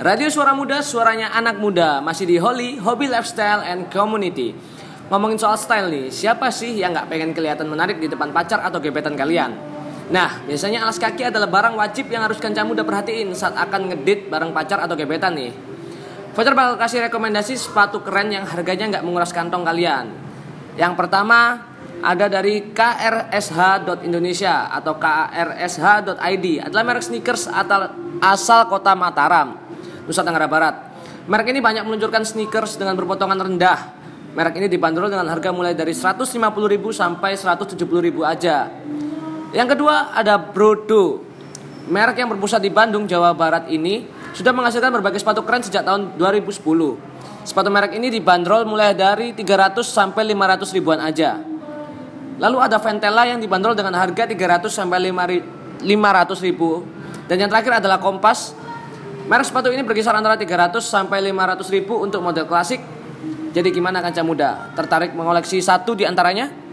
Radio Suara Muda, suaranya anak muda. Masih di Holy, Hobby Lifestyle and Community. Ngomongin soal style nih, siapa sih yang gak pengen kelihatan menarik di depan pacar atau gebetan kalian? Nah, biasanya alas kaki adalah barang wajib yang harus kanca muda perhatiin saat akan ngedit bareng pacar atau gebetan nih. Voucher bakal kasih rekomendasi sepatu keren yang harganya gak menguras kantong kalian. Yang pertama ada dari krsh.indonesia atau krsh.id, adalah merek sneakers asal kota Mataram, Nusa Tenggara Barat. Merek ini banyak meluncurkan sneakers dengan berpotongan rendah. Merek ini dibanderol dengan harga mulai dari 150.000 sampai 170.000 aja. Yang kedua ada Brodo. Merek yang berpusat di Bandung, Jawa Barat ini sudah menghasilkan berbagai sepatu keren sejak tahun 2010. Sepatu merek ini dibanderol mulai dari 300 sampai 500 ribuan aja. Lalu ada Ventela yang dibanderol dengan harga 300 sampai 500 ribu. Dan yang terakhir adalah Kompas. Merek sepatu ini berkisar antara 300 sampai 500 ribu untuk model klasik. Jadi gimana kanca muda? Tertarik mengoleksi satu di antaranya?